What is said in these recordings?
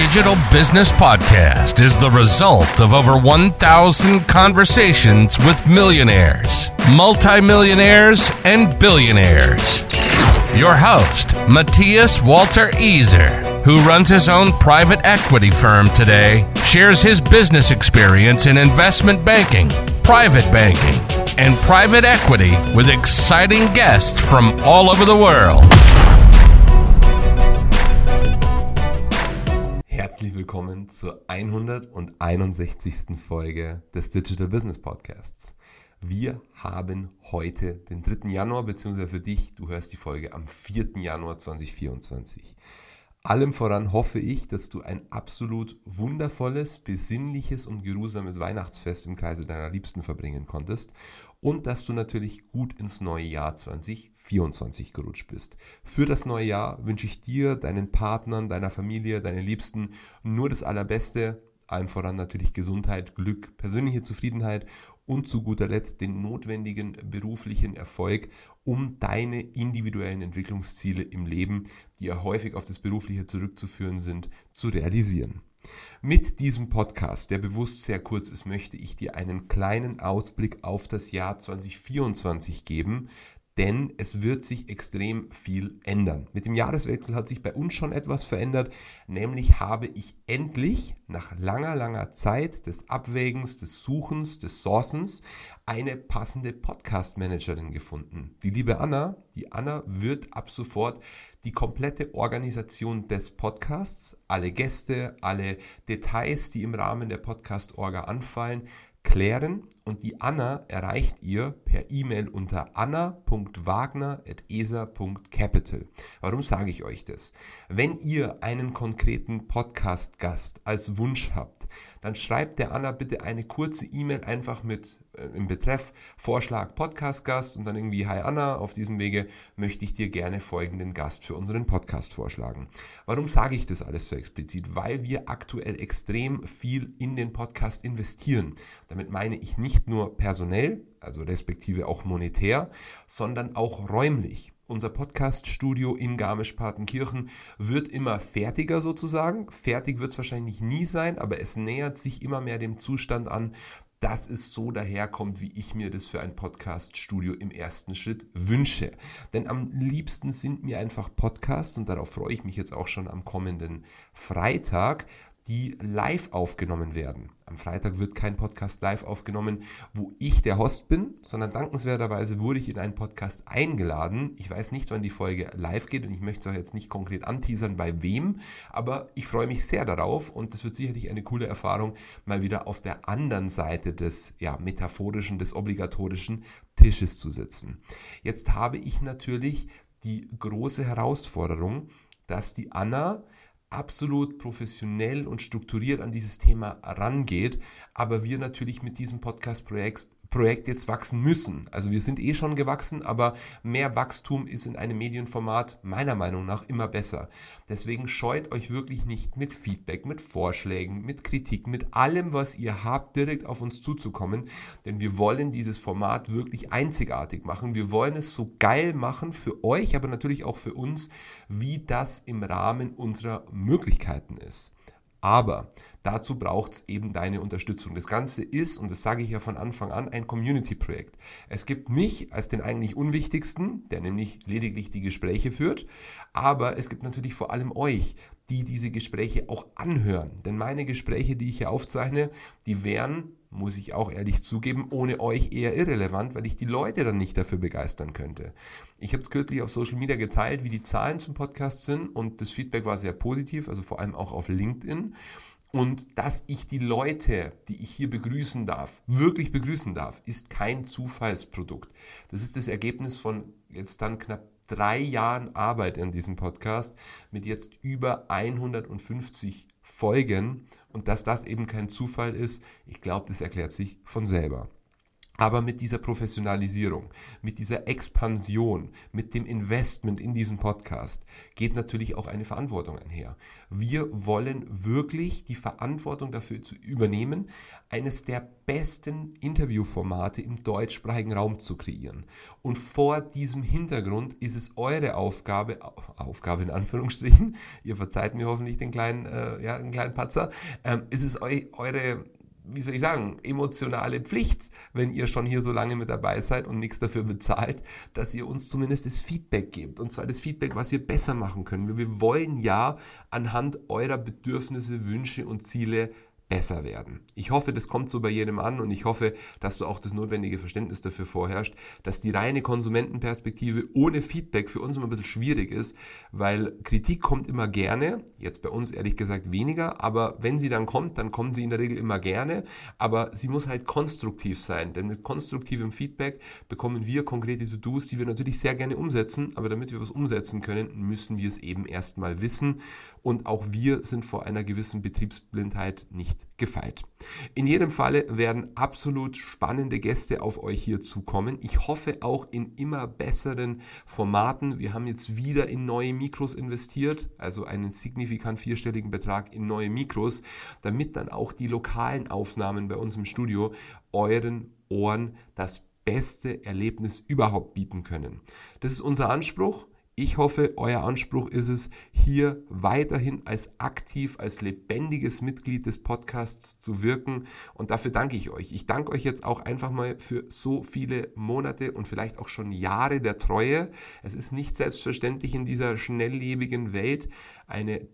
Digital Business Podcast is the result of over 1,000 conversations with millionaires, multimillionaires, and billionaires. Your host, Matthias Walter Easer, who runs his own private equity firm today, shares his business experience in investment banking, private banking, and private equity with exciting guests from all over the world. Herzlich willkommen zur 161. Folge des Digital Business Podcasts. Wir haben heute den 3. Januar, beziehungsweise für dich, du hörst die Folge am 4. Januar 2024. Allem voran hoffe ich, dass du ein absolut wundervolles, besinnliches und geruhsames Weihnachtsfest im Kreise deiner Liebsten verbringen konntest und dass du natürlich gut ins neue Jahr 2024 gerutscht bist. Für das neue Jahr wünsche ich dir, deinen Partnern, deiner Familie, deinen Liebsten nur das Allerbeste, allem voran natürlich Gesundheit, Glück, persönliche Zufriedenheit und zu guter Letzt den notwendigen beruflichen Erfolg, um deine individuellen Entwicklungsziele im Leben, die ja häufig auf das Berufliche zurückzuführen sind, zu realisieren. Mit diesem Podcast, der bewusst sehr kurz ist, möchte ich dir einen kleinen Ausblick auf das Jahr 2024 geben, denn es wird sich extrem viel ändern. Mit dem Jahreswechsel hat sich bei uns schon etwas verändert, nämlich habe ich endlich nach langer Zeit des Abwägens, des Suchens, des Sourcens eine passende Podcast-Managerin gefunden. Die liebe Anna, wird ab sofort die komplette Organisation des Podcasts, alle Gäste, alle Details, die im Rahmen der Podcast-Orga anfallen, klären, und die Anna erreicht ihr per E-Mail unter anna.wagner@esa.capital. Warum sage ich euch das? Wenn ihr einen konkreten Podcast-Gast als Wunsch habt, dann schreibt der Anna bitte eine kurze E-Mail einfach mit im Betreff Vorschlag Podcast-Gast und dann irgendwie: Hi Anna, auf diesem Wege möchte ich dir gerne folgenden Gast für unseren Podcast vorschlagen. Warum sage ich das alles so explizit? Weil wir aktuell extrem viel in den Podcast investieren. Damit meine ich nicht nur personell, also respektive auch monetär, sondern auch räumlich. Unser Podcast-Studio in Garmisch-Partenkirchen wird immer fertiger sozusagen. Fertig wird es wahrscheinlich nie sein, aber es nähert sich immer mehr dem Zustand an, dass es so daherkommt, wie ich mir das für ein Podcast-Studio im ersten Schritt wünsche. Denn am liebsten sind mir einfach Podcasts, und darauf freue ich mich jetzt auch schon am kommenden Freitag, die live aufgenommen werden. Am Freitag wird kein Podcast live aufgenommen, wo ich der Host bin, sondern dankenswerterweise wurde ich in einen Podcast eingeladen. Ich weiß nicht, wann die Folge live geht und ich möchte es auch jetzt nicht konkret anteasern, bei wem, aber ich freue mich sehr darauf und es wird sicherlich eine coole Erfahrung, mal wieder auf der anderen Seite des metaphorischen, des obligatorischen Tisches zu sitzen. Jetzt habe ich natürlich die große Herausforderung, dass die Anna absolut professionell und strukturiert an dieses Thema rangeht, aber wir natürlich mit diesem Podcast-Projekt jetzt wachsen müssen. Also wir sind schon gewachsen, aber mehr Wachstum ist in einem Medienformat meiner Meinung nach immer besser. Deswegen scheut euch wirklich nicht mit Feedback, mit Vorschlägen, mit Kritik, mit allem, was ihr habt, direkt auf uns zuzukommen, denn wir wollen dieses Format wirklich einzigartig machen. Wir wollen es so geil machen für euch, aber natürlich auch für uns, wie das im Rahmen unserer Möglichkeiten ist. Aber dazu braucht es eben deine Unterstützung. Das Ganze ist, und das sage ich ja von Anfang an, ein Community-Projekt. Es gibt mich als den eigentlich Unwichtigsten, der nämlich lediglich die Gespräche führt, aber es gibt natürlich vor allem euch, die diese Gespräche auch anhören. Denn meine Gespräche, die ich hier aufzeichne, die wären, muss ich auch ehrlich zugeben, ohne euch eher irrelevant, weil ich die Leute dann nicht dafür begeistern könnte. Ich habe es kürzlich auf Social Media geteilt, wie die Zahlen zum Podcast sind, und das Feedback war sehr positiv, also vor allem auch auf LinkedIn. Und dass ich die Leute, die ich hier begrüßen darf, wirklich begrüßen darf, ist kein Zufallsprodukt. Das ist das Ergebnis von jetzt dann knapp 3 Jahren Arbeit an diesem Podcast mit jetzt über 150 Folgen, und dass das eben kein Zufall ist, ich glaube, das erklärt sich von selber. Aber mit dieser Professionalisierung, mit dieser Expansion, mit dem Investment in diesen Podcast geht natürlich auch eine Verantwortung einher. Wir wollen wirklich die Verantwortung dafür zu übernehmen, eines der besten Interviewformate im deutschsprachigen Raum zu kreieren. Und vor diesem Hintergrund ist es eure Aufgabe in Anführungsstrichen, ihr verzeiht mir hoffentlich den kleinen Patzer, ist es eure, wie soll ich sagen, emotionale Pflicht, wenn ihr schon hier so lange mit dabei seid und nichts dafür bezahlt, dass ihr uns zumindest das Feedback gebt. Und zwar das Feedback, was wir besser machen können. Wir wollen ja anhand eurer Bedürfnisse, Wünsche und Ziele besser werden. Ich hoffe, das kommt so bei jedem an und ich hoffe, dass du auch das notwendige Verständnis dafür vorherrscht, dass die reine Konsumentenperspektive ohne Feedback für uns immer ein bisschen schwierig ist, weil Kritik kommt immer gerne, jetzt bei uns ehrlich gesagt weniger, aber wenn sie dann kommt sie in der Regel immer gerne, aber sie muss halt konstruktiv sein, denn mit konstruktivem Feedback bekommen wir konkrete To-Dos, die wir natürlich sehr gerne umsetzen, aber damit wir was umsetzen können, müssen wir es eben erstmal wissen und auch wir sind vor einer gewissen Betriebsblindheit nicht gefeit. In jedem Falle werden absolut spannende Gäste auf euch hier zukommen. Ich hoffe auch in immer besseren Formaten. Wir haben jetzt wieder in neue Mikros investiert, also einen signifikant 4-stelligen Betrag in neue Mikros, damit dann auch die lokalen Aufnahmen bei uns im Studio euren Ohren das beste Erlebnis überhaupt bieten können. Das ist unser Anspruch. Ich hoffe, euer Anspruch ist es, hier weiterhin als aktiv, als lebendiges Mitglied des Podcasts zu wirken und dafür danke ich euch. Ich danke euch jetzt auch einfach mal für so viele Monate und vielleicht auch schon Jahre der Treue. Es ist nicht selbstverständlich in dieser schnelllebigen Welt eine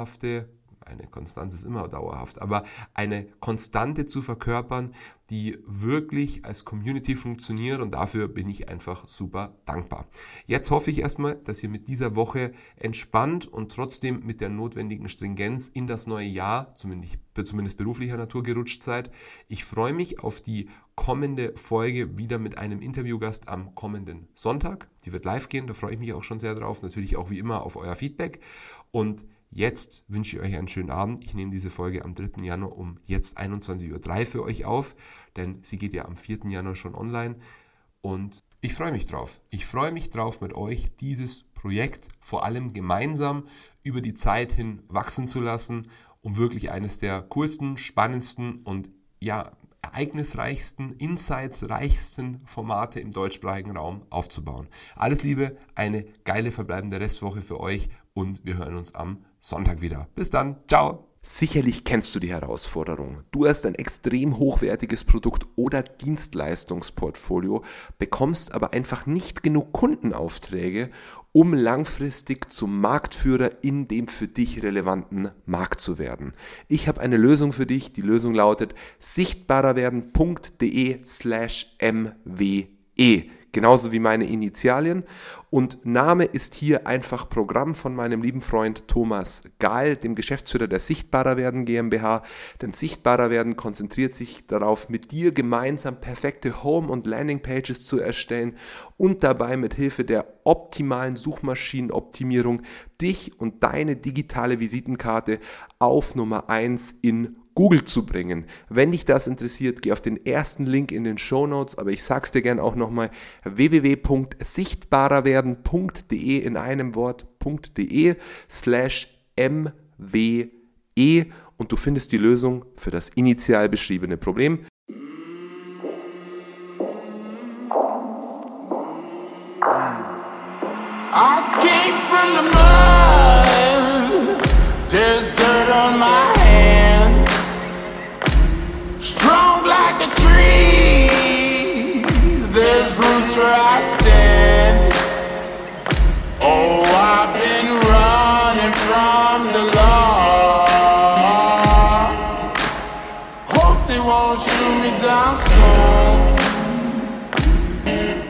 Konstanz ist immer dauerhaft, aber eine Konstante zu verkörpern, die wirklich als Community funktioniert und dafür bin ich einfach super dankbar. Jetzt hoffe ich erstmal, dass ihr mit dieser Woche entspannt und trotzdem mit der notwendigen Stringenz in das neue Jahr, zumindest beruflicher Natur, gerutscht seid. Ich freue mich auf die kommende Folge wieder mit einem Interviewgast am kommenden Sonntag. Die wird live gehen, da freue ich mich auch schon sehr drauf. Natürlich auch wie immer auf euer Feedback und jetzt wünsche ich euch einen schönen Abend. Ich nehme diese Folge am 3. Januar um jetzt 21.03 Uhr für euch auf, denn sie geht ja am 4. Januar schon online und ich freue mich drauf. Ich freue mich drauf, mit euch dieses Projekt vor allem gemeinsam über die Zeit hin wachsen zu lassen, um wirklich eines der coolsten, spannendsten und ereignisreichsten, insightsreichsten Formate im deutschsprachigen Raum aufzubauen. Alles Liebe, eine geile verbleibende Restwoche für euch und wir hören uns am Sonntag wieder. Bis dann, ciao! Sicherlich kennst du die Herausforderung. Du hast ein extrem hochwertiges Produkt oder Dienstleistungsportfolio, bekommst aber einfach nicht genug Kundenaufträge, um langfristig zum Marktführer in dem für dich relevanten Markt zu werden. Ich habe eine Lösung für dich. Die Lösung lautet sichtbarerwerden.de/mwe. Genauso wie meine Initialien und Name ist hier einfach Programm von meinem lieben Freund Thomas Gahl, dem Geschäftsführer der Sichtbarer Werden GmbH, denn Sichtbarer Werden konzentriert sich darauf, mit dir gemeinsam perfekte Home- und Landingpages zu erstellen und dabei mit Hilfe der optimalen Suchmaschinenoptimierung dich und deine digitale Visitenkarte auf Nummer 1 in Google zu bringen. Wenn dich das interessiert, geh auf den ersten Link in den Shownotes, aber ich sag's dir gern auch nochmal, www.sichtbarerwerden.de in einem Wort.de/mwe und du findest die Lösung für das initial beschriebene Problem. I came from the mud, there's dirt on my hands, strong like a tree, there's roots where I stand. Oh, I've been running from the law, hope they won't shoot me down soon.